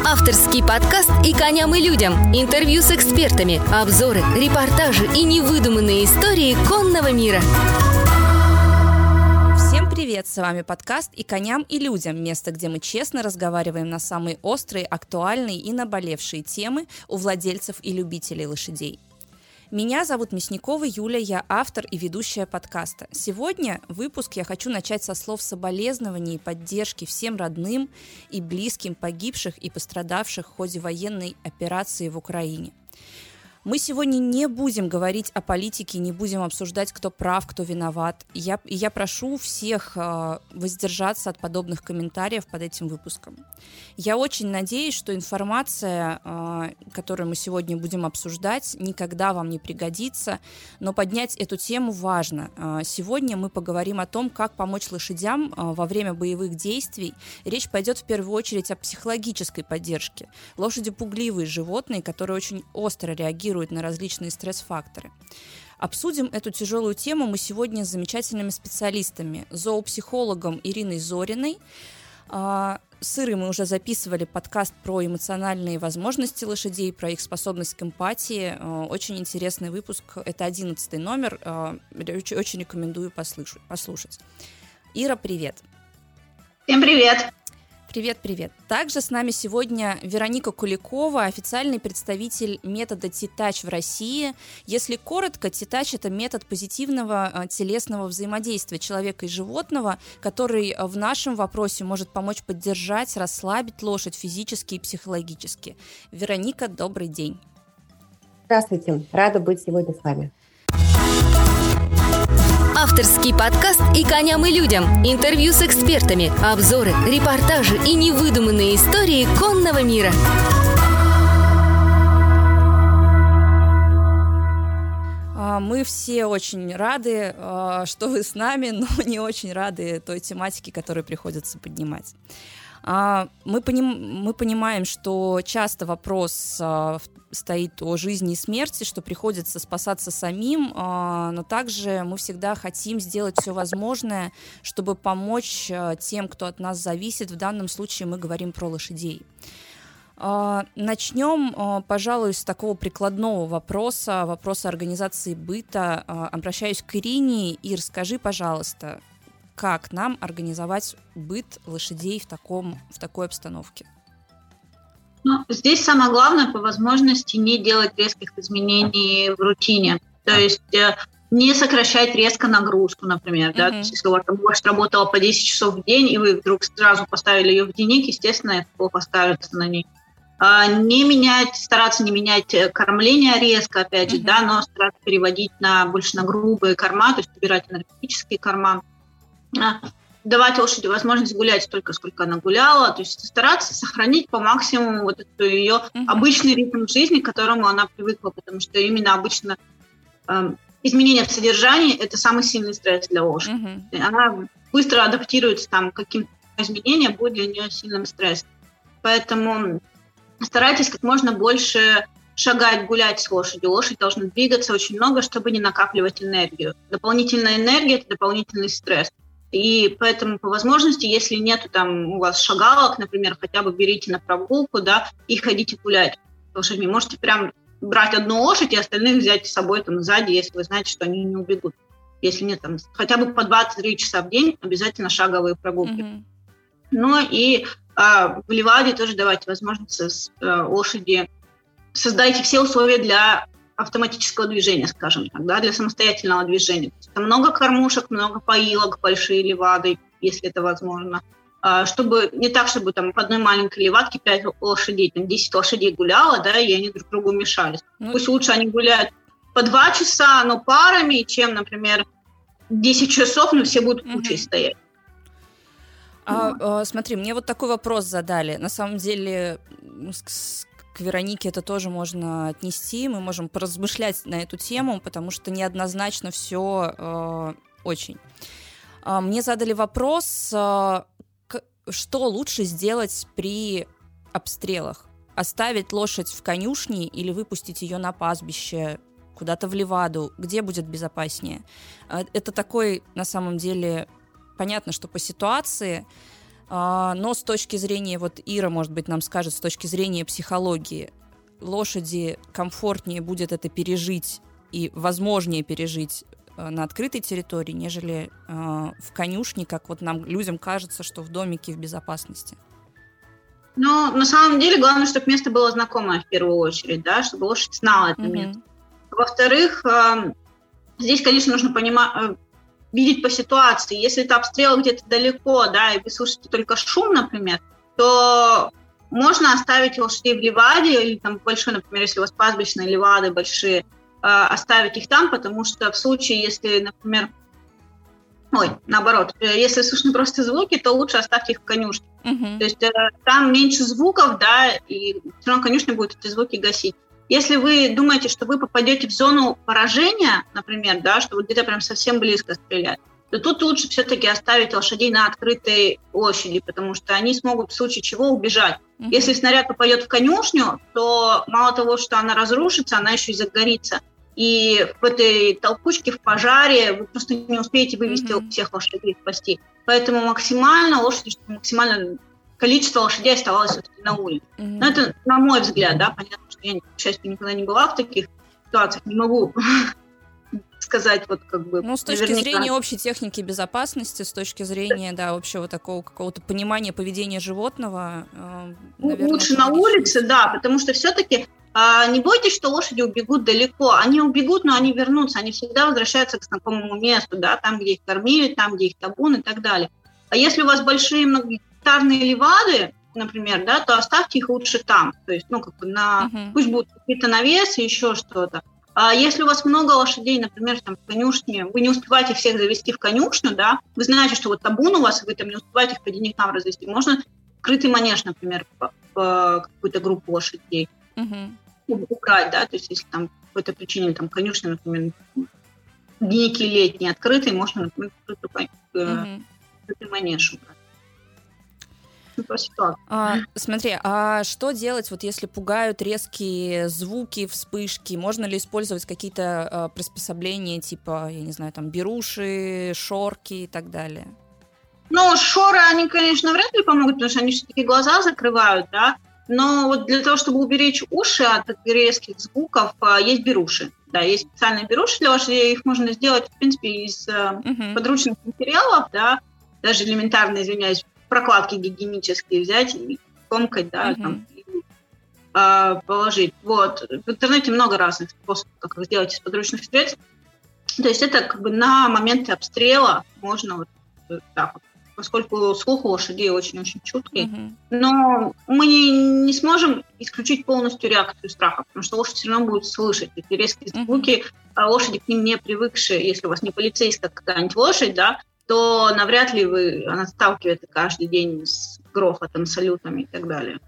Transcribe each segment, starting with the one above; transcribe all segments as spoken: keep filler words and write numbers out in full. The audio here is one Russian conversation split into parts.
Авторский подкаст «И коням, и людям». Интервью с экспертами, обзоры, репортажи и невыдуманные истории конного мира. Всем привет! С вами подкаст «И коням, и людям». Место, где мы честно разговариваем на самые острые, актуальные и наболевшие темы у владельцев и любителей лошадей. Меня зовут Мясникова Юля, я автор и ведущая подкаста. Сегодня выпуск я хочу начать со слов соболезнований и поддержки всем родным и близким погибших и пострадавших в ходе военной операции в Украине. Мы сегодня не будем говорить о политике, не будем обсуждать, кто прав, кто виноват. Я, я прошу всех э, воздержаться от подобных комментариев под этим выпуском. Я очень надеюсь, что информация, э, которую мы сегодня будем обсуждать, никогда вам не пригодится, но поднять эту тему важно. Э, сегодня мы поговорим о том, как помочь лошадям э, во время боевых действий. Речь пойдет в первую очередь о психологической поддержке. Лошади пугливые животные, которые очень остро реагируют на различные стресс-факторы. Обсудим эту тяжелую тему мы сегодня с замечательными специалистами, зоопсихологом Ириной Зориной. С Ирой мы уже записывали подкаст про эмоциональные возможности лошадей, про их способность к эмпатии. Очень интересный выпуск, это одиннадцатый номер, очень рекомендую послушать. Ира, привет! Всем привет! Привет-привет. Также с нами сегодня Вероника Куликова, официальный представитель метода T-Touch в России. Если коротко, T-Touch – это метод позитивного телесного взаимодействия человека и животного, который в нашем вопросе может помочь поддержать, расслабить лошадь физически и психологически. Вероника, добрый день. Здравствуйте, рада быть сегодня с вами. Авторский подкаст «И коням, и людям». Интервью с экспертами, обзоры, репортажи и невыдуманные истории конного мира. Мы все очень рады, что вы с нами, но не очень рады той тематике, которую приходится поднимать. Мы, поним, мы понимаем, что часто вопрос э, стоит о жизни и смерти, что приходится спасаться самим, э, но также мы всегда хотим сделать все возможное, чтобы помочь э, тем, кто от нас зависит. В данном случае мы говорим про лошадей. Э, начнем, э, пожалуй, с такого прикладного вопроса, вопроса организации быта. Э, обращаюсь к Ирине. Ир, скажи, пожалуйста, как нам организовать быт лошадей в, таком, в такой обстановке? Ну, здесь самое главное, по возможности, не делать резких изменений в рутине. То есть э, не сокращать резко нагрузку, например. Mm-hmm. Да? То есть, если у вас лошадь работала по десять часов в день, и вы вдруг сразу поставили ее в денник, естественно, это плохо скажется на ней. А, не менять, стараться не менять кормление резко, опять же, mm-hmm. да, но стараться переводить на, больше на грубые корма, то есть убирать энергетические корма. Давать лошади возможность гулять столько, сколько она гуляла, то есть стараться сохранить по максимуму вот эту ее mm-hmm. обычный ритм жизни, к которому она привыкла, потому что именно обычно э, изменение в содержании – это самый сильный стресс для лошади. Mm-hmm. Она быстро адаптируется там, к каким-то изменениям, будет для нее сильным стрессом. Поэтому старайтесь как можно больше шагать, гулять с лошадью. Лошадь должна двигаться очень много, чтобы не накапливать энергию. Дополнительная энергия – это дополнительный стресс. И поэтому по возможности, если нету там у вас шагалок, например, хотя бы берите на прогулку, да, и ходите гулять с лошадьми. Можете прям брать одну лошадь и остальных взять с собой там сзади, если вы знаете, что они не убегут. Если нет, там хотя бы по двадцать-три часа в день обязательно шаговые прогулки. Mm-hmm. Ну и а, в ливаде тоже давайте возможность с а, лошади. Создайте все условия для автоматического движения, скажем так, да, для самостоятельного движения. Много кормушек, много поилок, большие ливады, если это возможно. Чтобы не так, чтобы там в одной маленькой ливадке пять лошадей, там десять лошадей гуляло, да, и они друг другу мешались. Ну, пусть лучше они гуляют по два часа, но парами, чем, например, десять часов, но все будут кучей uh-huh. стоять. А, а, смотри, мне вот такой вопрос задали. На самом деле, к Веронике это тоже можно отнести, мы можем поразмышлять на эту тему, потому что неоднозначно все э, очень. Э, мне задали вопрос, э, к, что лучше сделать при обстрелах? Оставить лошадь в конюшне или выпустить ее на пастбище, куда-то в ливаду? Где будет безопаснее? Э, это такой, на самом деле, понятно, что по ситуации, А, но с точки зрения, вот Ира, может быть, нам скажет, с точки зрения психологии, лошади комфортнее будет это пережить и возможнее пережить на открытой территории, нежели э, в конюшне, как вот нам, людям кажется, что в домике в безопасности? Ну, на самом деле, главное, чтобы место было знакомое в первую очередь, да, чтобы лошадь знала это mm-hmm. место. Во-вторых, э, здесь, конечно, нужно понимать, э, видеть по ситуации. Если это обстрел где-то далеко, да, и вы слышите только шум, например, то можно оставить лошадей в ливаде, или там большой, например, если у вас пастбищные ливады большие, оставить их там, потому что в случае, если, например, ой, наоборот, если слышны просто звуки, то лучше оставьте их в конюшне. Uh-huh. То есть э, там меньше звуков, да, и все равно конюшня будет эти звуки гасить. Если вы думаете, что вы попадете в зону поражения, например, да, что вы где-то прям совсем близко стрелять, то тут лучше все-таки оставить лошадей на открытой площади, потому что они смогут в случае чего убежать. Uh-huh. Если снаряд попадет в конюшню, то мало того, что она разрушится, она еще и загорится. И в этой толкучке, в пожаре вы просто не успеете вывести uh-huh. всех лошадей, спасти. Поэтому максимально лошади, чтобы максимальное количество лошадей оставалось на улице. Uh-huh. Но это на мой взгляд, да, понятно, что я, к счастью, никогда не была в таких ситуациях, не могу сказать вот как бы... Ну, с точки наверняка... зрения общей техники безопасности, с точки зрения, да, общего такого какого-то понимания поведения животного, э, наверное, лучше на улице, да, потому что все-таки э, не бойтесь, что лошади убегут далеко. Они убегут, но они вернутся, они всегда возвращаются к знакомому месту, да, там, где их кормили, там, где их табун и так далее. А если у вас большие многогектарные ливады, например, да, то оставьте их лучше там, то есть, ну, как бы на... Uh-huh. Пусть будут какие-то навесы, еще что-то. А если у вас много лошадей, например, там, в конюшне, вы не успеваете всех завести в конюшню, да, вы знаете, что вот табун у вас, и вы там не успеваете их по денегам развести, можно открытый манеж, например, по, по какую-то группу лошадей uh-huh. убрать, да, то есть если там по какой-то причине там конюшня, например, денеки летние открытые, можно, например, открытый, uh-huh. открытый манеж убрать. А, смотри, а что делать, вот если пугают резкие звуки, вспышки? Можно ли использовать какие-то а, приспособления, типа, я не знаю, там, беруши, шорки и так далее? Ну, шоры, они, конечно, вряд ли помогут, потому что они все-таки глаза закрывают, да, но вот для того, чтобы уберечь уши от резких звуков, есть беруши. Да, есть специальные беруши для лошадей, их можно сделать, в принципе, из uh-huh. подручных материалов, да, даже элементарно, извиняюсь, прокладки гигиенические взять и комкать, да, uh-huh. там, и, э, положить. Вот. В интернете много разных способов, как их сделать из подручных средств. То есть это как бы на моменты обстрела можно вот так вот, поскольку слух у лошадей очень-очень чуткий. Uh-huh. Но мы не, не сможем исключить полностью реакцию страха, потому что лошадь все равно будет слышать эти резкие звуки, uh-huh. а лошади к ним не привыкшие. Если у вас не полицейская какая-нибудь лошадь, да, то навряд ли вы, она сталкивается каждый день с грохотом, салютами и так далее.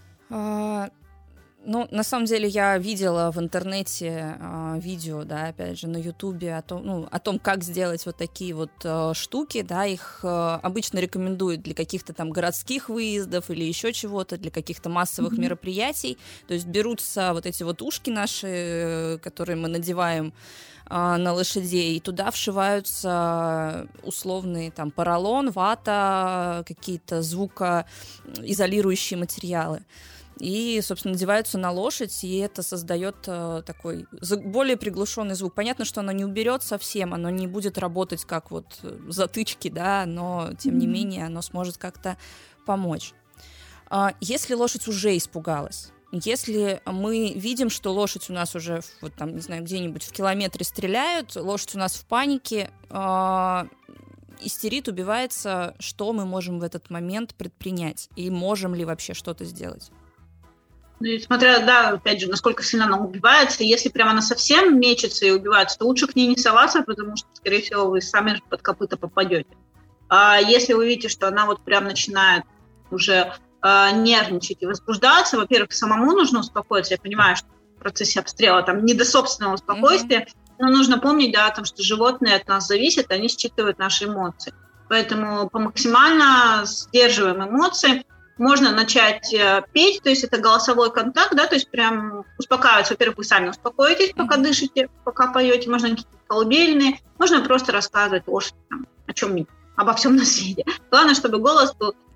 А, ну, на самом деле, я видела в интернете а, видео, да, опять же, на Ютубе о том, ну, о том, как сделать вот такие вот а, штуки, да, их а, обычно рекомендуют для каких-то там городских выездов или еще чего-то, для каких-то массовых mm-hmm. мероприятий, то есть берутся вот эти вот ушки наши, которые мы надеваем на лошадей, и туда вшиваются условные там поролон, вата, какие-то звукоизолирующие материалы. И, собственно, надеваются на лошадь, и это создает э, такой более приглушенный звук. Понятно, что оно не уберет совсем, оно не будет работать как вот затычки, да, но, тем mm-hmm. не менее, оно сможет как-то помочь. А если лошадь уже испугалась, если мы видим, что лошадь у нас уже, вот там, не знаю, где-нибудь в километре стреляют, лошадь у нас в панике, э, истерит, убивается, что мы можем в этот момент предпринять? И можем ли вообще что-то сделать? Ну, смотря, да, опять же, насколько сильно она убивается. Если прямо она совсем мечется и убивается, то лучше к ней не соваться, потому что, скорее всего, вы сами под копыта попадете. А если вы видите, что она вот прям начинает уже нервничать и возбуждаться, во-первых, самому нужно успокоиться. Я понимаю, что в процессе обстрела там не до собственного спокойствия, mm-hmm. но нужно помнить, да, о том, что животные от нас зависят, они считывают наши эмоции. Поэтому по максимально сдерживаем эмоции. Можно начать э, петь, то есть это голосовой контакт, да, то есть прям успокаиваться. Во-первых, вы сами успокоитесь, пока mm-hmm. дышите, пока поете. Можно какие-то колыбельные, можно просто рассказывать лошади там, о чем-нибудь, обо всем на свете. Главное, чтобы голос был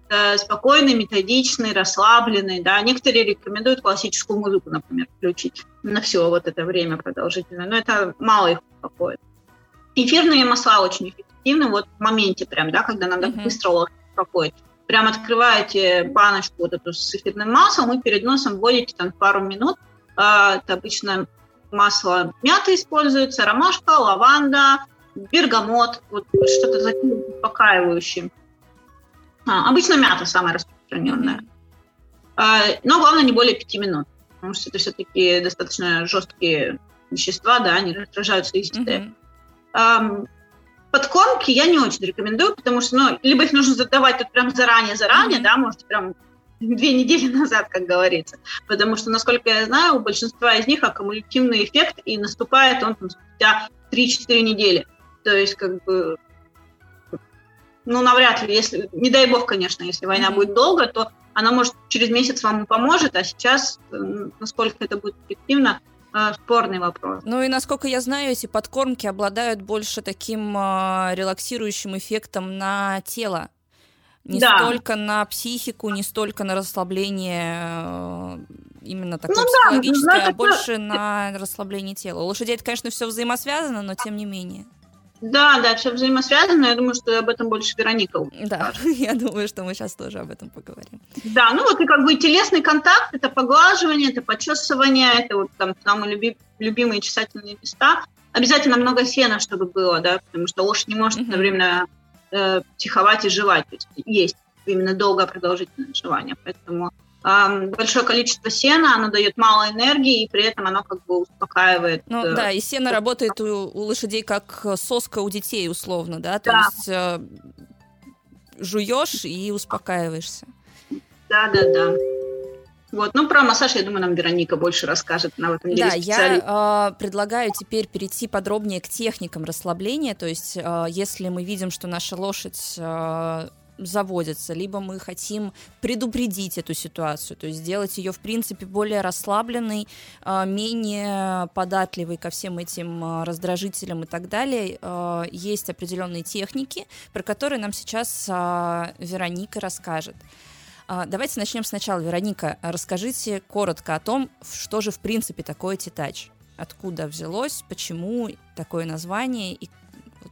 э, спокойный, методичный, расслабленный. Да. Некоторые рекомендуют классическую музыку, например, включить на все вот это время продолжительное, но это мало их успокоит. Эфирные масла очень эффективны вот в моменте прям, да, когда надо uh-huh. быстро лошадь успокоить. Прям открываете баночку вот эту с эфирным маслом и перед носом вводите там пару минут. Это обычно масло мяты используется, ромашка, лаванда, бергамот, вот что-то такое успокаивающее. А, обычно мята самая распространенная. Mm-hmm. Но главное не более пяти минут, потому что это все-таки достаточно жесткие вещества, да, они раздражают слизистые. Mm-hmm. Подкормки я не очень рекомендую, потому что, ну, либо их нужно задавать тут прям заранее-заранее, mm-hmm. да, можете прям две недели назад, как говорится, потому что, насколько я знаю, у большинства из них аккумулятивный эффект, и наступает он там, спустя три-четыре недели. То есть, как бы, ну, навряд ли, если, не дай бог, конечно, если война mm-hmm. будет долго, то она, может, через месяц вам поможет, а сейчас, насколько это будет эффективно, спорный вопрос. Ну и, насколько я знаю, эти подкормки обладают больше таким э, релаксирующим эффектом на тело. Не да. столько на психику, не столько на расслабление именно такое ну, психологическое, да, а больше это... на расслабление тела. У лошадей это, конечно, все взаимосвязано, но тем не менее. Да, да, все взаимосвязано. Я думаю, что об этом больше Вероника Да, скажет. Я думаю, что мы сейчас тоже об этом поговорим. Да, ну вот и как бы телесный контакт, это поглаживание, это почесывание, это вот там самые люби... любимые чесательные места. Обязательно много сена, чтобы было, да, потому что лошадь не может одновременно э, психовать и жевать, то есть есть именно долгое продолжительное жевание, поэтому э, большое количество сена, оно дает мало энергии, и при этом оно как бы успокаивает. Ну э, да, и сено работает у, у лошадей как соска у детей условно, да, то да. есть э, жуешь и успокаиваешься. Да, да, да. Вот, ну, про массаж, я думаю, нам Вероника больше расскажет. Она в этом деле да, я э, предлагаю теперь перейти подробнее к техникам расслабления. То есть, э, если мы видим, что наша лошадь э, заводится, либо мы хотим предупредить эту ситуацию, то есть сделать ее, в принципе, более расслабленной, э, менее податливой ко всем этим э, раздражителям и так далее, э, есть определенные техники, про которые нам сейчас э, Вероника расскажет. Давайте начнем сначала. Вероника, расскажите коротко о том, что же в принципе такое T-Touch. Откуда взялось, почему такое название и вот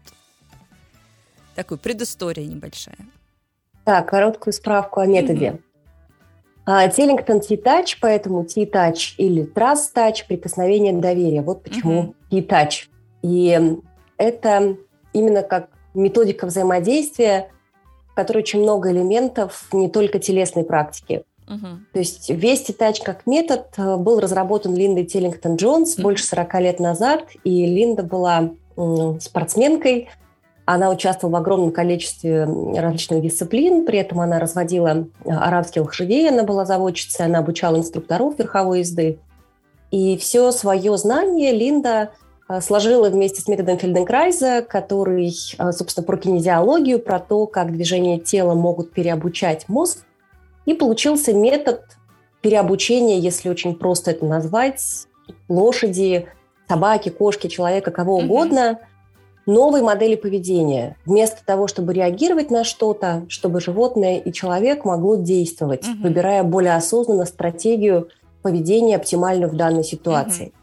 такую предыстория небольшая. Так, короткую справку о методе. Mm-hmm. Теллингтон T-Touch, поэтому T-Touch или Trust Touch, прикосновение доверия. Вот почему mm-hmm. T-Touch. И это именно как методика взаимодействия, в которой очень много элементов не только телесной практики. Uh-huh. То есть весь T-Touch как метод был разработан Линдой Теллингтон-Джонс uh-huh. больше сорок лет назад, и Линда была м, спортсменкой, она участвовала в огромном количестве различных дисциплин, при этом она разводила арабских лошадей, она была заводчицей, она обучала инструкторов верховой езды. И все свое знание Линда сложила вместе с методом Фельденкрайза, который, собственно, про кинезиологию, про то, как движения тела могут переобучать мозг. И получился метод переобучения, если очень просто это назвать, лошади, собаки, кошки, человека, кого mm-hmm. угодно, новой модели поведения. Вместо того, чтобы реагировать на что-то, чтобы животное и человек могло действовать, mm-hmm. выбирая более осознанно стратегию поведения, оптимальную в данной ситуации. Mm-hmm.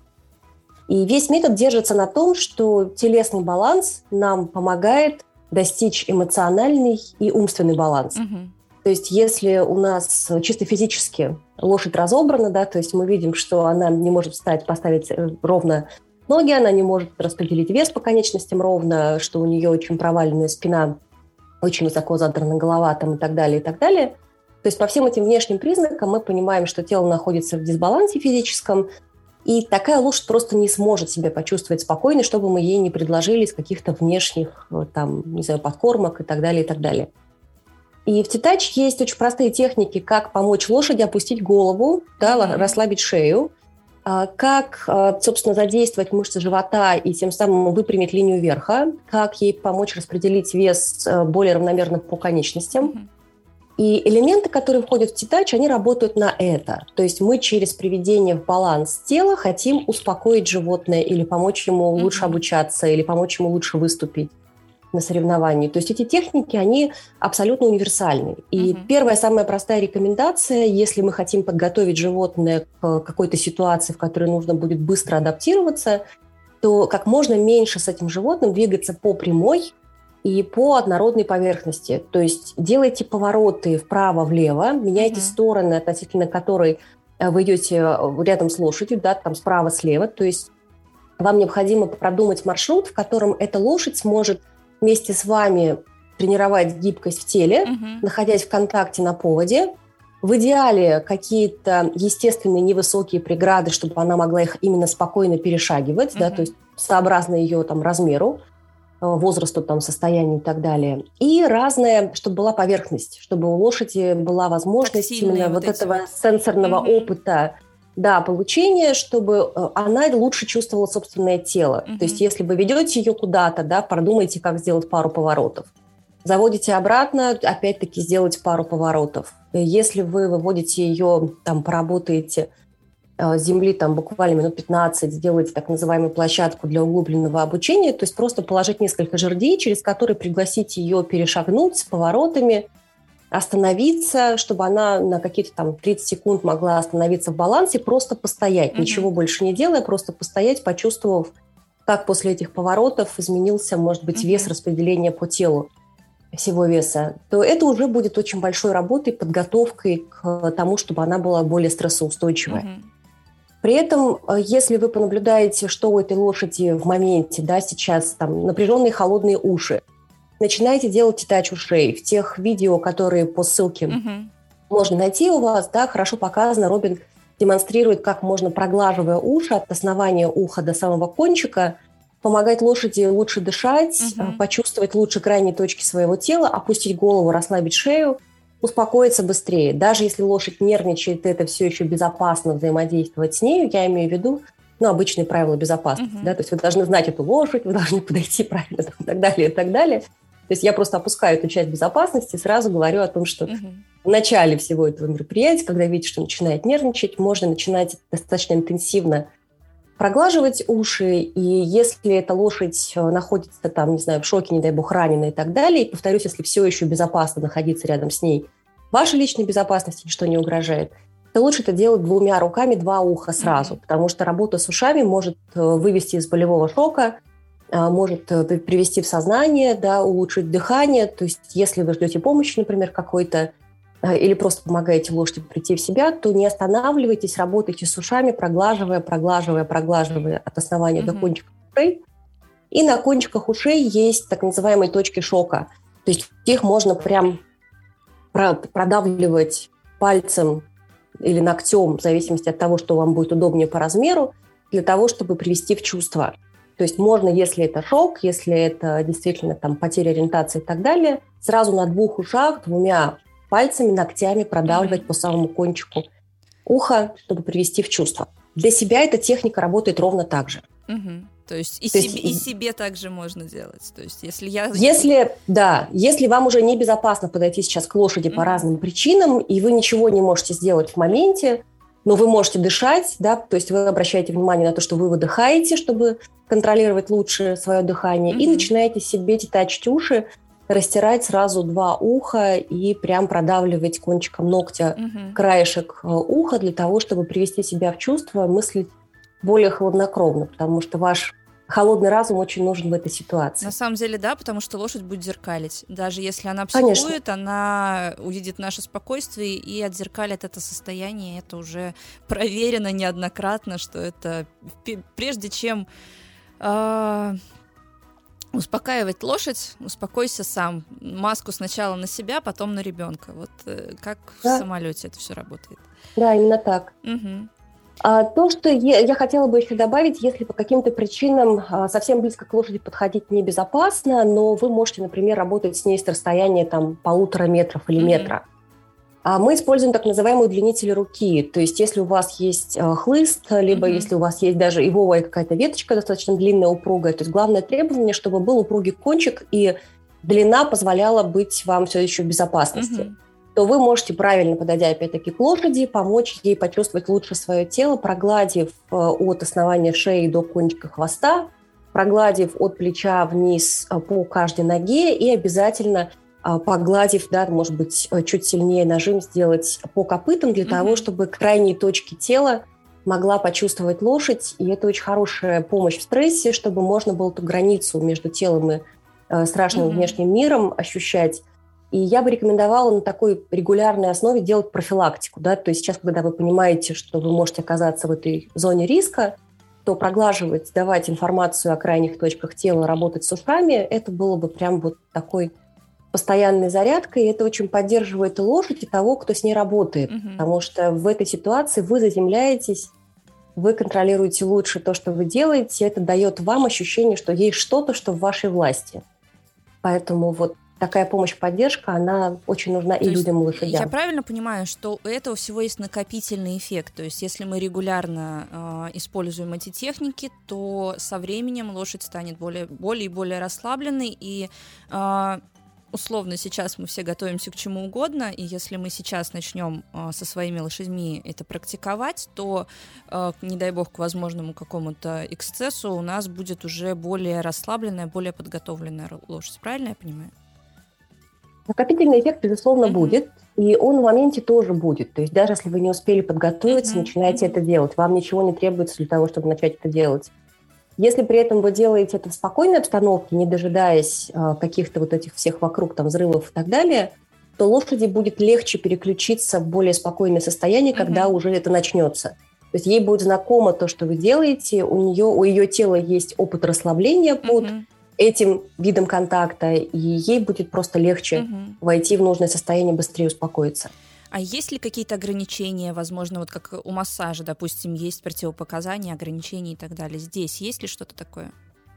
И весь метод держится на том, что телесный баланс нам помогает достичь эмоциональный и умственный баланс. Угу. То есть если у нас чисто физически лошадь разобрана, да, то есть мы видим, что она не может встать, поставить ровно ноги, она не может распределить вес по конечностям ровно, что у нее очень проваленная спина, очень высоко задрана голова там, и так далее, и так далее. То есть по всем этим внешним признакам мы понимаем, что тело находится в дисбалансе физическом, и такая лошадь просто не сможет себя почувствовать спокойно, чтобы мы ей не предложили из каких-то внешних, там, не знаю, подкормок и так далее, и так далее. И в T-Touch есть очень простые техники, как помочь лошади опустить голову, да, mm-hmm. расслабить шею, как, собственно, задействовать мышцы живота и тем самым выпрямить линию верха, как ей помочь распределить вес более равномерно по конечностям. Mm-hmm. И элементы, которые входят в T-Touch, они работают на это. То есть мы через приведение в баланс тела хотим успокоить животное или помочь ему лучше mm-hmm. обучаться, или помочь ему лучше выступить. на соревновании. То есть эти техники, они абсолютно универсальны. И uh-huh. первая, самая простая рекомендация, если мы хотим подготовить животное к какой-то ситуации, в которой нужно будет быстро адаптироваться, то как можно меньше с этим животным двигаться по прямой и по однородной поверхности. То есть делайте повороты вправо-влево, меняйте uh-huh. стороны, относительно которой вы идете рядом с лошадью, да, там справа-слева. То есть вам необходимо продумать маршрут, в котором эта лошадь сможет вместе с вами тренировать гибкость в теле, uh-huh. находясь в контакте на поводе. В идеале какие-то естественные невысокие преграды, чтобы она могла их именно спокойно перешагивать, uh-huh. да, то есть сообразно ее там размеру, возрасту, там, состоянию и так далее. И разное, чтобы была поверхность, чтобы у лошади была возможность именно вот, вот этого вот. сенсорного uh-huh. опыта, да, получения, чтобы она лучше чувствовала собственное тело. Uh-huh. То есть если вы ведете ее куда-то, да, продумайте, как сделать пару поворотов. Заводите обратно, опять-таки сделать пару поворотов. Если вы выводите ее, там, поработаете с земли там, буквально минут пятнадцать, сделаете так называемую площадку для углубленного обучения, то есть просто положить несколько жердей, через которые пригласить ее перешагнуть с поворотами, остановиться, чтобы она на какие-то там тридцать секунд могла остановиться в балансе, просто постоять, mm-hmm. ничего больше не делая, просто постоять, почувствовав, как после этих поворотов изменился, может быть, mm-hmm. вес распределения по телу всего веса, то это уже будет очень большой работой, подготовкой к тому, чтобы она была более стрессоустойчивая. Mm-hmm. При этом, если вы понаблюдаете, что у этой лошади в моменте, да, сейчас там напряженные холодные уши, начинаете делать титач ушей. В тех видео, которые по ссылке uh-huh. можно найти у вас, да, хорошо показано, Робин демонстрирует, как можно, проглаживая уши от основания уха до самого кончика, помогать лошади лучше дышать, uh-huh. почувствовать лучше крайние точки своего тела, опустить голову, расслабить шею, успокоиться быстрее. Даже если лошадь нервничает, это все еще безопасно взаимодействовать с нею, я имею в виду, ну, обычные правила безопасности, uh-huh. да, то есть вы должны знать эту лошадь, вы должны подойти правильно, там, и так далее, и так далее. То есть я просто опускаю эту часть безопасности и сразу говорю о том, что uh-huh. в начале всего этого мероприятия, когда видите, что начинает нервничать, можно начинать достаточно интенсивно проглаживать уши, и если эта лошадь находится там, не знаю, в шоке, не дай бог, ранена и так далее, и, повторюсь, если все еще безопасно находиться рядом с ней, вашей личной безопасности ничто не угрожает, то лучше это делать двумя руками, два уха сразу, mm-hmm. потому что работа с ушами может вывести из болевого шока, может привести в сознание, да, улучшить дыхание. То есть если вы ждете помощи, например, какой-то, или просто помогаете лошади прийти в себя, то не останавливайтесь, работайте с ушами, проглаживая, проглаживая, проглаживая от основания mm-hmm. до кончиков ушей. И на кончиках ушей есть так называемые точки шока. То есть их можно прям продавливать пальцем или ногтем, в зависимости от того, что вам будет удобнее по размеру, для того, чтобы привести в чувство. То есть можно, если это шок, если это действительно там, потеря ориентации и так далее, сразу на двух ушах двумя пальцами, ногтями продавливать mm-hmm. по самому кончику уха, чтобы привести в чувство. Для себя эта техника работает ровно так же. Mm-hmm. То есть и, То себе, есть, и себе также можно делать. То есть если я... Если, да, если вам уже небезопасно подойти сейчас к лошади mm-hmm. по разным причинам, и вы ничего не можете сделать в моменте, но вы можете дышать, да, то есть вы обращаете внимание на то, что вы выдыхаете, чтобы контролировать лучше свое дыхание, mm-hmm. и начинаете себе титачить уши, растирать сразу два уха и прям продавливать кончиком ногтя mm-hmm. краешек уха для того, чтобы привести себя в чувство, мыслить более хладнокровно, потому что ваш холодный разум очень нужен в этой ситуации. На самом деле, да, потому что лошадь будет зеркалить. Даже если она психует, Конечно. Она увидит наше спокойствие и отзеркалит это состояние. Это уже проверено неоднократно, что это прежде чем э, успокаивать лошадь, успокойся сам. Маску сначала на себя, потом на ребенка. Вот э, как да. в самолете это все работает. Да, именно так. Угу. А то, что я, я хотела бы еще добавить, если по каким-то причинам а, совсем близко к лошади подходить небезопасно, но вы можете, например, работать с ней с расстояния там, полутора метров или mm-hmm. метра. А мы используем так называемые удлинители руки. То есть если у вас есть а, хлыст, либо mm-hmm. если у вас есть даже ивовая какая-то веточка достаточно длинная, упругая, то есть главное требование, чтобы был упругий кончик и длина позволяла быть вам все еще в безопасности. Mm-hmm. то вы можете, правильно подойдя опять-таки к лошади, помочь ей почувствовать лучше свое тело, прогладив от основания шеи до кончика хвоста, прогладив от плеча вниз по каждой ноге и обязательно погладив, да, может быть, чуть сильнее нажим сделать по копытам для mm-hmm. того, чтобы крайние точки тела могла почувствовать лошадь. И это очень хорошая помощь в стрессе, чтобы можно было эту границу между телом и э, страшным mm-hmm. внешним миром ощущать. И я бы рекомендовала на такой регулярной основе делать профилактику. Да? То есть сейчас, когда вы понимаете, что вы можете оказаться в этой зоне риска, то проглаживать, давать информацию о крайних точках тела, работать с ушами, это было бы прям вот такой постоянной зарядкой, и это очень поддерживает и лошадь, и того, кто с ней работает. Mm-hmm. Потому что в этой ситуации вы заземляетесь, вы контролируете лучше то, что вы делаете, это дает вам ощущение, что есть что-то, что в вашей власти. Поэтому вот такая помощь-поддержка, она очень нужна то и людям, и лошадям. Я правильно понимаю, что у этого всего есть накопительный эффект? То есть если мы регулярно э, используем эти техники, то со временем лошадь станет более, более и более расслабленной, и э, условно сейчас мы все готовимся к чему угодно, и если мы сейчас начнем э, со своими лошадьми это практиковать, то, э, не дай бог, к возможному какому-то эксцессу у нас будет уже более расслабленная, более подготовленная лошадь. Правильно я понимаю? Накопительный эффект, безусловно, mm-hmm. будет, и он в моменте тоже будет. То есть даже если вы не успели подготовиться, mm-hmm. начинаете mm-hmm. это делать. Вам ничего не требуется для того, чтобы начать это делать. Если при этом вы делаете это в спокойной обстановке, не дожидаясь э, каких-то вот этих всех вокруг там взрывов и так далее, то лошади будет легче переключиться в более спокойное состояние, mm-hmm. когда уже это начнется. То есть ей будет знакомо то, что вы делаете, у нее, у ее тела есть опыт расслабления под mm-hmm. этим видом контакта, и ей будет просто легче mm-hmm. войти в нужное состояние, быстрее успокоиться. А есть ли какие-то ограничения, возможно, вот как у массажа, допустим, есть противопоказания, ограничения и так далее? Здесь есть ли что-то такое?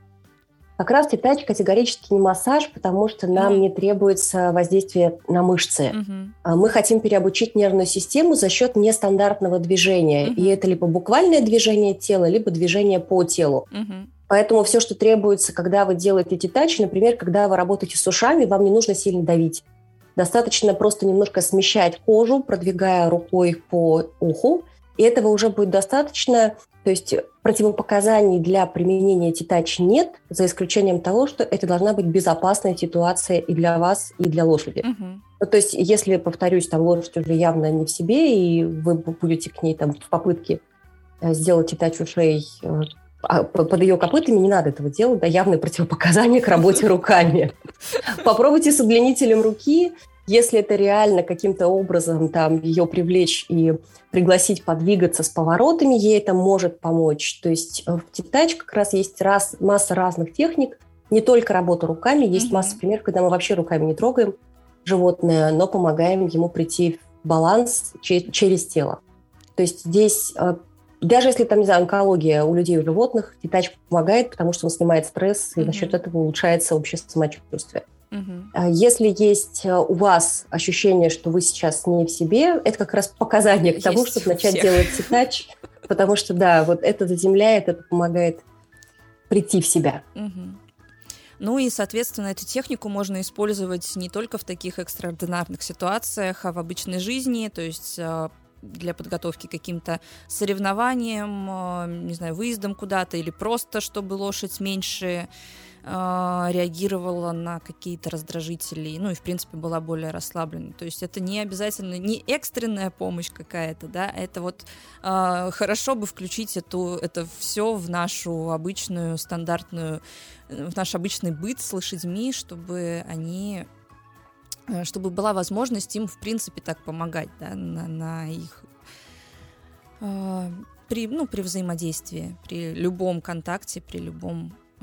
Как раз титач категорически не массаж, потому что нам mm. не требуется воздействие на мышцы. Mm-hmm. Мы хотим переобучить нервную систему за счет нестандартного движения. Mm-hmm. И это либо буквальное движение тела, либо движение по телу. Mm-hmm. Поэтому все, что требуется, когда вы делаете титач, например, когда вы работаете с ушами, вам не нужно сильно давить. Достаточно просто немножко смещать кожу, продвигая рукой по уху, и этого уже будет достаточно. То есть противопоказаний для применения титач нет, за исключением того, что это должна быть безопасная ситуация и для вас, и для лошади. Uh-huh. Ну, то есть если, повторюсь, там лошадь уже явно не в себе, и вы будете к ней там в попытке сделать титач ушей под ее копытами, не надо этого делать, да, явные противопоказания к работе руками. Попробуйте с удлинителем руки, если это реально каким-то образом там ее привлечь и пригласить подвигаться с поворотами, ей это может помочь. То есть в титач как раз есть раз, масса разных техник, не только работа руками, есть mm-hmm. масса примеров, когда мы вообще руками не трогаем животное, но помогаем ему прийти в баланс че- через тело. То есть здесь даже если там, не знаю, онкология у людей и у животных, титач помогает, потому что он снимает стресс, и mm-hmm. за счет этого улучшается общее самочувствие. Mm-hmm. Если есть у вас ощущение, что вы сейчас не в себе, это как раз показание к тому, есть чтобы начать всех. делать титач, потому что, да, вот это заземляет, это помогает прийти в себя. Mm-hmm. Ну и, соответственно, эту технику можно использовать не только в таких экстраординарных ситуациях, а в обычной жизни, то есть для подготовки к каким-то соревнованиям, не знаю, выездом куда-то, или просто, чтобы лошадь меньше э, реагировала на какие-то раздражители, ну и, в принципе, была более расслаблена. То есть это не обязательно, не экстренная помощь какая-то, да, это вот э, хорошо бы включить эту, это все в нашу обычную, стандартную, в наш обычный быт с лошадьми, чтобы они... чтобы была возможность им, в принципе, так помогать, да, на, на их э, при, ну, при взаимодействии, при любом контакте, при любом э,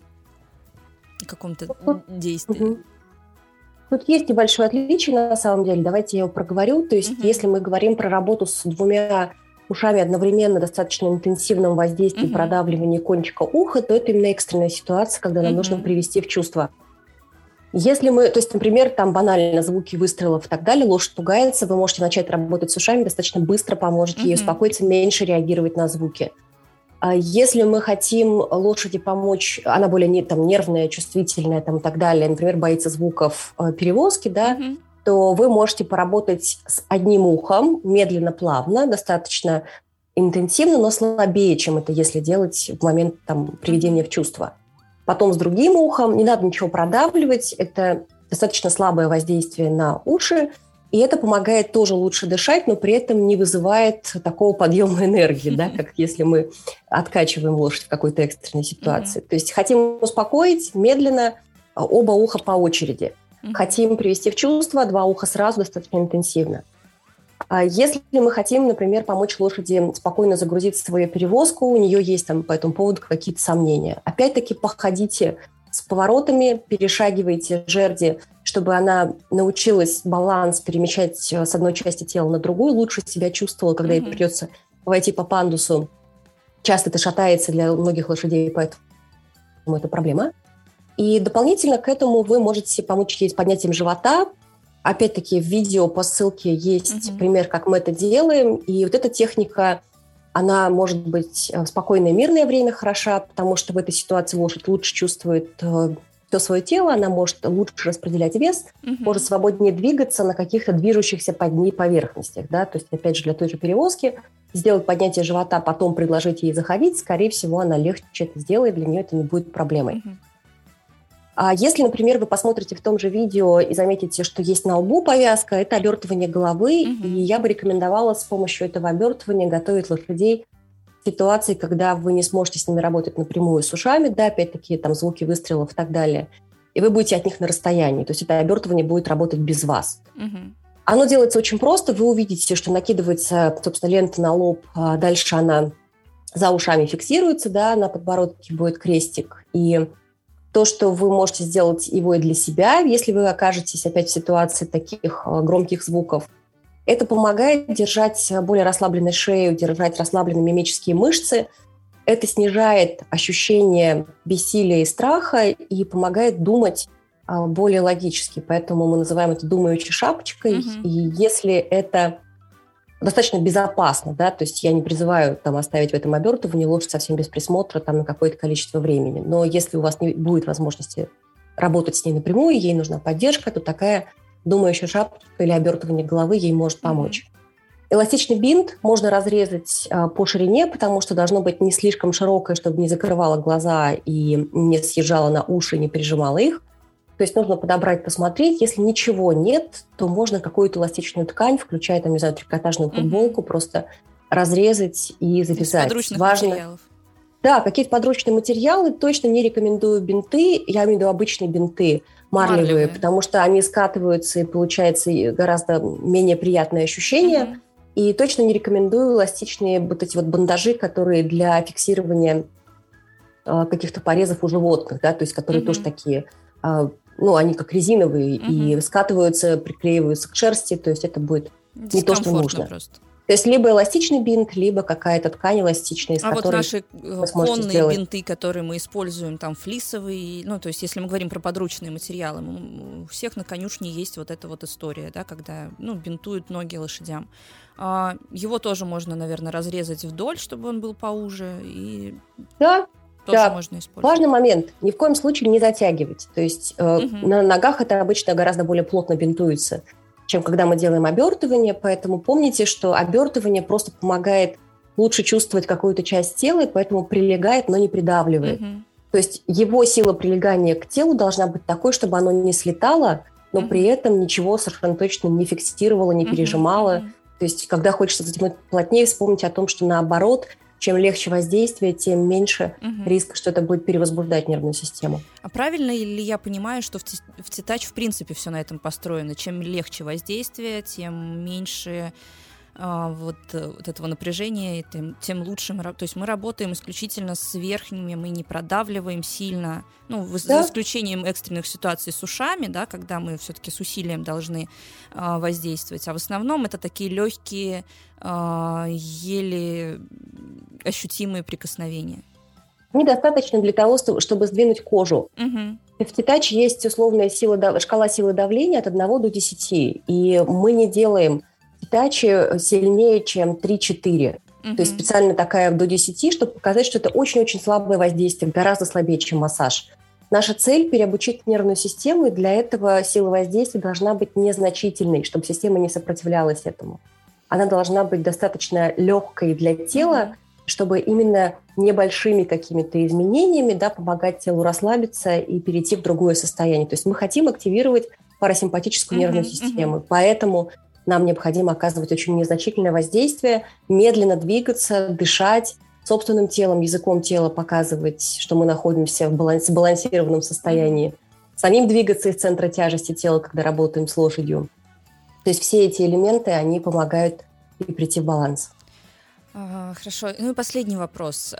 каком-то тут, действии. Угу. Тут есть небольшое отличие, на самом деле, давайте я его проговорю. То есть, угу. если мы говорим про работу с двумя ушами одновременно, достаточно интенсивном воздействии, угу. продавливании кончика уха, то это именно экстренная ситуация, когда нам угу. нужно привести в чувство. Если мы, то есть, например, там банально звуки выстрелов и так далее, лошадь пугается, вы можете начать работать с ушами, достаточно быстро поможете mm-hmm. ей успокоиться, меньше реагировать на звуки. А если мы хотим лошади помочь, она более не, там, нервная, чувствительная там, и так далее, например, боится звуков э, перевозки, да, mm-hmm. то вы можете поработать с одним ухом, медленно, плавно, достаточно интенсивно, но слабее, чем это если делать в момент там, приведения в чувство. Потом с другим ухом не надо ничего продавливать, это достаточно слабое воздействие на уши, и это помогает тоже лучше дышать, но при этом не вызывает такого подъема энергии, да, как если мы откачиваем лошадь в какой-то экстренной ситуации. То есть хотим успокоить медленно, оба уха по очереди. Хотим привести в чувство, два уха сразу достаточно интенсивно. Если мы хотим, например, помочь лошади спокойно загрузить свою перевозку, у нее есть там по этому поводу какие-то сомнения. Опять-таки походите с поворотами, перешагивайте жерди, чтобы она научилась баланс перемещать с одной части тела на другую, лучше себя чувствовала, когда mm-hmm. ей придется войти по пандусу. Часто это шатается для многих лошадей, поэтому это проблема. И дополнительно к этому вы можете помочь ей с поднятием живота. Опять-таки в видео по ссылке есть mm-hmm. пример, как мы это делаем. И вот эта техника, она может быть в спокойное мирное время хороша, потому что в этой ситуации лошадь лучше чувствует все свое тело, она может лучше распределять вес, mm-hmm. может свободнее двигаться на каких-то движущихся под ней поверхностях. Да? То есть, опять же, для той же перевозки сделать поднятие живота, потом предложить ей заходить, скорее всего, она легче это сделает, для нее это не будет проблемой. Mm-hmm. А если, например, вы посмотрите в том же видео и заметите, что есть на лбу повязка, это обертывание головы, mm-hmm. и я бы рекомендовала с помощью этого обертывания готовить лошадей в ситуации, когда вы не сможете с ними работать напрямую с ушами, да, опять-таки там звуки выстрелов и так далее, и вы будете от них на расстоянии, то есть это обертывание будет работать без вас. Mm-hmm. Оно делается очень просто, вы увидите, что накидывается, собственно, лента на лоб, а дальше она за ушами фиксируется, да, на подбородке будет крестик, и то, что вы можете сделать его и для себя, если вы окажетесь опять в ситуации таких громких звуков, это помогает держать более расслабленной шею, держать расслабленные мимические мышцы. Это снижает ощущение бессилия и страха и помогает думать более логически. Поэтому мы называем это думающей шапочкой. Mm-hmm. И если это достаточно безопасно, да, то есть я не призываю там оставить в этом обертывании лошадь совсем без присмотра там на какое-то количество времени. Но если у вас не будет возможности работать с ней напрямую, ей нужна поддержка, то такая думающая шапочка или обертывание головы ей может помочь. Mm-hmm. Эластичный бинт можно разрезать а, по ширине, потому что должно быть не слишком широкое, чтобы не закрывало глаза и не съезжало на уши, не прижимало их. То есть нужно подобрать, посмотреть. Если ничего нет, то можно какую-то эластичную ткань, включая, там, не знаю, трикотажную футболку, mm-hmm. просто разрезать и завязать. Из подручных Важно... материалов. Да, какие-то подручные материалы. Точно не рекомендую бинты. Я имею в виду обычные бинты, марлевые, марлевые. Потому что они скатываются, и получается гораздо менее приятное ощущение. Mm-hmm. И точно не рекомендую эластичные вот эти вот бандажи, которые для фиксирования э, каких-то порезов у животных, да, то есть которые mm-hmm. тоже такие... Э, ну, они как резиновые, mm-hmm. и скатываются, приклеиваются к шерсти, то есть это будет не то, что нужно. Просто. То есть либо эластичный бинт, либо какая-то ткань эластичная, из а которой вот наши конные сделать. Бинты, которые мы используем, там флисовые, ну, то есть если мы говорим про подручные материалы, у всех на конюшне есть вот эта вот история, да, когда, ну, бинтуют ноги лошадям. А, его тоже можно, наверное, разрезать вдоль, чтобы он был поуже, и... Да. Тоже да. можно использовать. Важный момент. Ни в коем случае не затягивать. То есть э, угу. на ногах это обычно гораздо более плотно бинтуется, чем когда мы делаем обертывание. Поэтому помните, что обертывание просто помогает лучше чувствовать какую-то часть тела, и поэтому прилегает, но не придавливает. Угу. То есть его сила прилегания к телу должна быть такой, чтобы оно не слетало, но угу. при этом ничего совершенно точно не фиксировало, не угу. пережимало. Угу. То есть когда хочется затянуть плотнее, вспомните о том, что наоборот... Чем легче воздействие, тем меньше угу. риск, что это будет перевозбуждать нервную систему. А правильно ли я понимаю, что в T-Touch в принципе все на этом построено? Чем легче воздействие, тем меньше а, вот, вот этого напряжения, тем, тем лучше мы, то есть мы работаем исключительно с верхними, мы не продавливаем сильно, ну, да. за исключением экстренных ситуаций с ушами, да, когда мы все-таки с усилием должны а, воздействовать, а в основном это такие легкие, а, еле ощутимые прикосновения. Недостаточно для того, чтобы сдвинуть кожу. Угу. В T-Touch есть условная сила, шкала силы давления от одного до десяти, и мы не делаем T-Touch сильнее, чем три-четыре. Угу. То есть специально такая до десяти, чтобы показать, что это очень-очень слабое воздействие, гораздо слабее, чем массаж. Наша цель – переобучить нервную систему, и для этого сила воздействия должна быть незначительной, чтобы система не сопротивлялась этому. она должна быть достаточно легкой для тела, чтобы именно небольшими какими-то изменениями, да, помогать телу расслабиться и перейти в другое состояние. То есть мы хотим активировать парасимпатическую mm-hmm, нервную систему, mm-hmm. поэтому нам необходимо оказывать очень незначительное воздействие, медленно двигаться, дышать, собственным телом, языком тела показывать, что мы находимся в баланс- сбалансированном состоянии, mm-hmm. самим двигаться из центра тяжести тела, когда работаем с лошадью. То есть все эти элементы, они помогают и прийти в баланс. Хорошо. Ну и последний вопрос.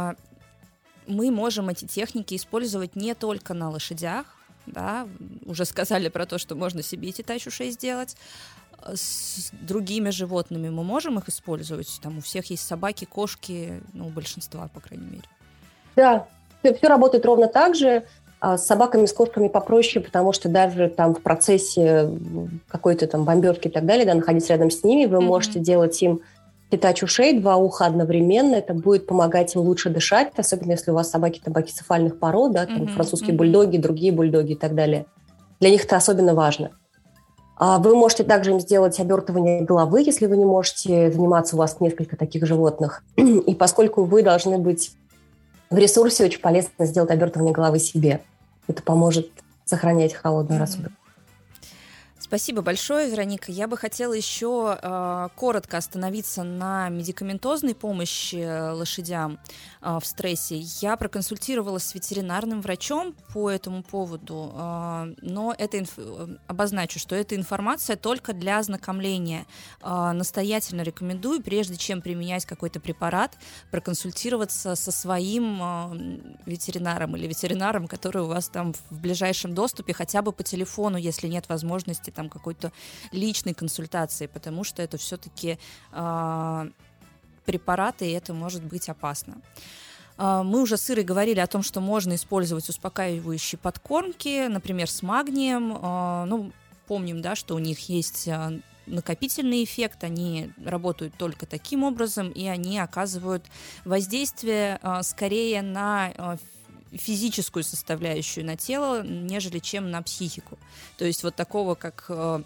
Мы можем эти техники использовать не только на лошадях, да, уже сказали про то, что можно себе титач ушей сделать. С другими животными мы можем их использовать? Там у всех есть собаки, кошки, ну, у большинства, по крайней мере. Да, все, все работает ровно так же. А с собаками, с кошками попроще, потому что даже там в процессе какой-то там бомбежки и так далее, да, находясь рядом с ними, вы mm-hmm. можете делать им титач ушей, два уха одновременно. Это будет помогать им лучше дышать, особенно если у вас собаки там бакицефальных пород, да, там mm-hmm. французские mm-hmm. бульдоги, другие бульдоги и так далее. Для них это особенно важно. Вы можете также им сделать обертывание головы, если вы не можете заниматься, у вас несколько таких животных. И поскольку вы должны быть в ресурсе, очень полезно сделать обертывание головы себе. Это поможет сохранять холодный mm-hmm. рассудок. Спасибо большое, Вероника. Я бы хотела еще э, коротко остановиться на медикаментозной помощи лошадям э, в стрессе. Я проконсультировалась с ветеринарным врачом по этому поводу, э, но это инф... обозначу, что эта информация только для ознакомления. Э, настоятельно рекомендую, прежде чем применять какой-то препарат, проконсультироваться со своим э, ветеринаром или ветеринаром, который у вас там в ближайшем доступе, хотя бы по телефону, если нет возможности там какой-то личной консультации, потому что это все-таки э, препараты, и это может быть опасно. Э, мы уже с Ирой говорили о том, что можно использовать успокаивающие подкормки, например, с магнием. Э, ну, помним, да, что у них есть э, накопительный эффект, они работают только таким образом, и они оказывают воздействие э, скорее на э, физическую составляющую на тело, нежели чем на психику. То есть вот такого, как э,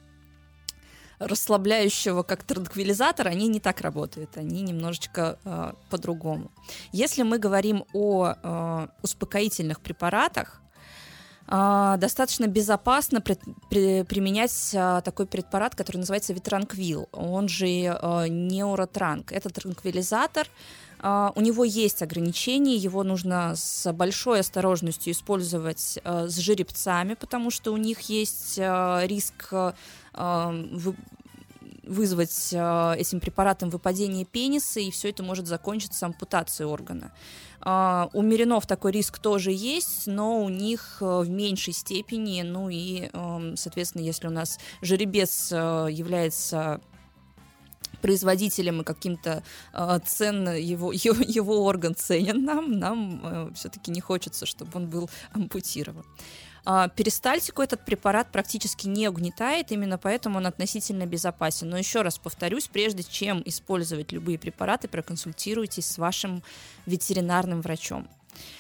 расслабляющего, как транквилизатор, они не так работают, они немножечко э, по-другому. Если мы говорим о э, успокоительных препаратах, э, достаточно безопасно при, при, применять э, такой препарат, который называется Витранквил, он же э, Неуротранк. Это транквилизатор. Uh, у него есть ограничения, его нужно с большой осторожностью использовать uh, с жеребцами, потому что у них есть uh, риск uh, вы, вызвать uh, этим препаратом выпадение пениса, и все это может закончиться ампутацией органа. Uh, у меринов такой риск тоже есть, но у них uh, в меньшей степени, ну и, uh, соответственно, если у нас жеребец uh, является производителем и каким-то э, ценно его, его, его орган ценен нам, нам э, все-таки не хочется, чтобы он был ампутирован. А, перистальтику этот препарат практически не угнетает, именно поэтому он относительно безопасен. Но еще раз повторюсь, прежде чем использовать любые препараты, проконсультируйтесь с вашим ветеринарным врачом.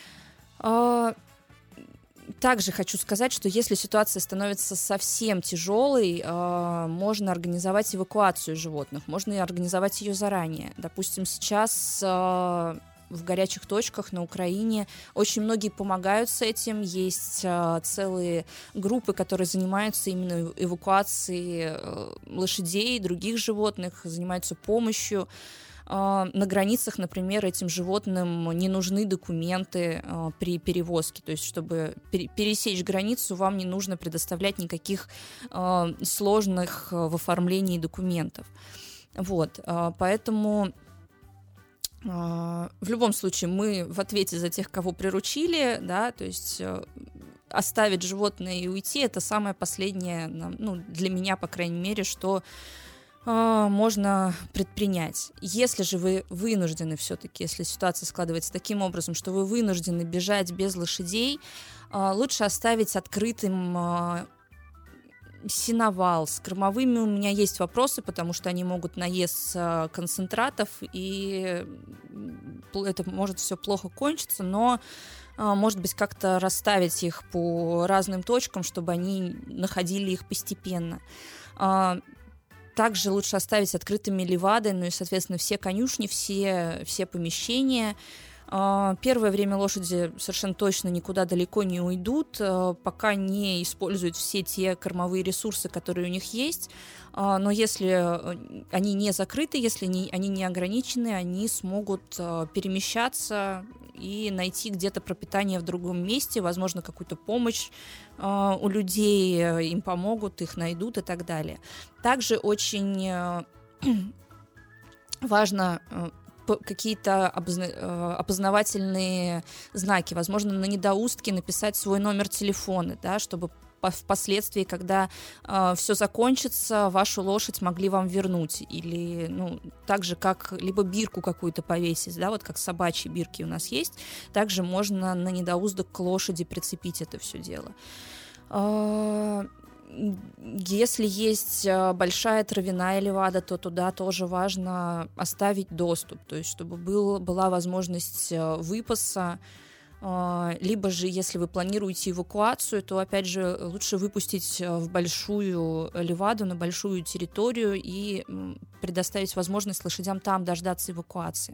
А, Также хочу сказать, что если ситуация становится совсем тяжелой, э, можно организовать эвакуацию животных, можно и организовать ее заранее. Допустим, сейчас э, в горячих точках на Украине очень многие помогают с этим. Есть э, целые группы, которые занимаются именно эвакуацией э, лошадей и других животных, занимаются помощью. На границах, например, этим животным не нужны документы э, при перевозке. То есть, чтобы пер- пересечь границу, вам не нужно предоставлять никаких э, сложных в оформлении документов. Вот, э, поэтому э, в любом случае мы в ответе за тех, кого приручили, да, то есть э, оставить животное и уйти — это самое последнее, ну, для меня, по крайней мере, что можно предпринять. Если же вы вынуждены все-таки, если ситуация складывается таким образом, что вы вынуждены бежать без лошадей, лучше оставить открытым сеновал. С кормовыми у меня есть вопросы, потому что они могут наесться концентратов, и это может все плохо кончиться, но может быть, как-то расставить их по разным точкам, чтобы они находили их постепенно. также лучше оставить открытыми ливады, ну и, соответственно, все конюшни, все, все помещения. Первое время лошади совершенно точно никуда далеко не уйдут, пока не используют все те кормовые ресурсы, которые у них есть. Но если они не закрыты, если они не ограничены, они смогут перемещаться и найти где-то пропитание в другом месте, возможно, какую-то помощь у людей, им помогут, их найдут и так далее. Также очень важно какие-то опознавательные знаки, возможно, на недоустке написать свой номер телефона, да, чтобы впоследствии, когда э, все закончится, вашу лошадь могли вам вернуть, или, ну, так же, как либо бирку какую-то повесить, да, вот как собачьи бирки у нас есть, также можно на недоуздок к лошади прицепить это все дело. Э, Если есть большая травяная ливада, то туда тоже важно оставить доступ, то есть чтобы был, была возможность выпаса, либо же, если вы планируете эвакуацию, то, опять же, лучше выпустить в большую ливаду, на большую территорию и предоставить возможность лошадям там дождаться эвакуации.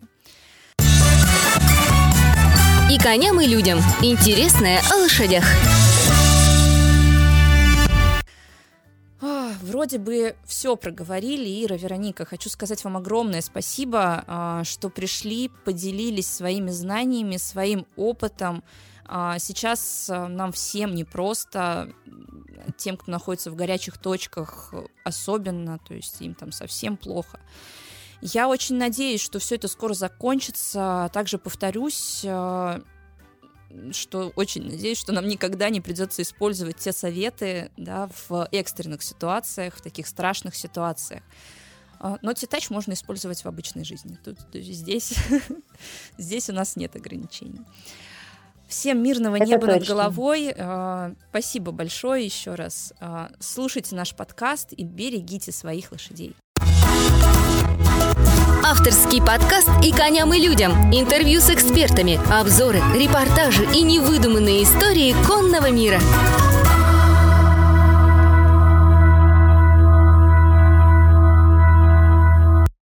И коням, и людям. Интересное о лошадях. Вроде бы все проговорили. Ира, Вероника, хочу сказать вам огромное спасибо, что пришли, поделились своими знаниями, своим опытом. Сейчас нам всем непросто, тем, кто находится в горячих точках, особенно, то есть им там совсем плохо. Я очень надеюсь, что все это скоро закончится. Также повторюсь, что очень надеюсь, что нам никогда не придется использовать те советы, да, в экстренных ситуациях, в таких страшных ситуациях. Но T-Touch можно использовать в обычной жизни. Тут, здесь, здесь у нас нет ограничений. Всем мирного Это неба точно. Над головой. Спасибо большое еще раз. Слушайте наш подкаст и берегите своих лошадей. Авторский подкаст «И коням, и людям». Интервью с экспертами, обзоры, репортажи и невыдуманные истории конного мира.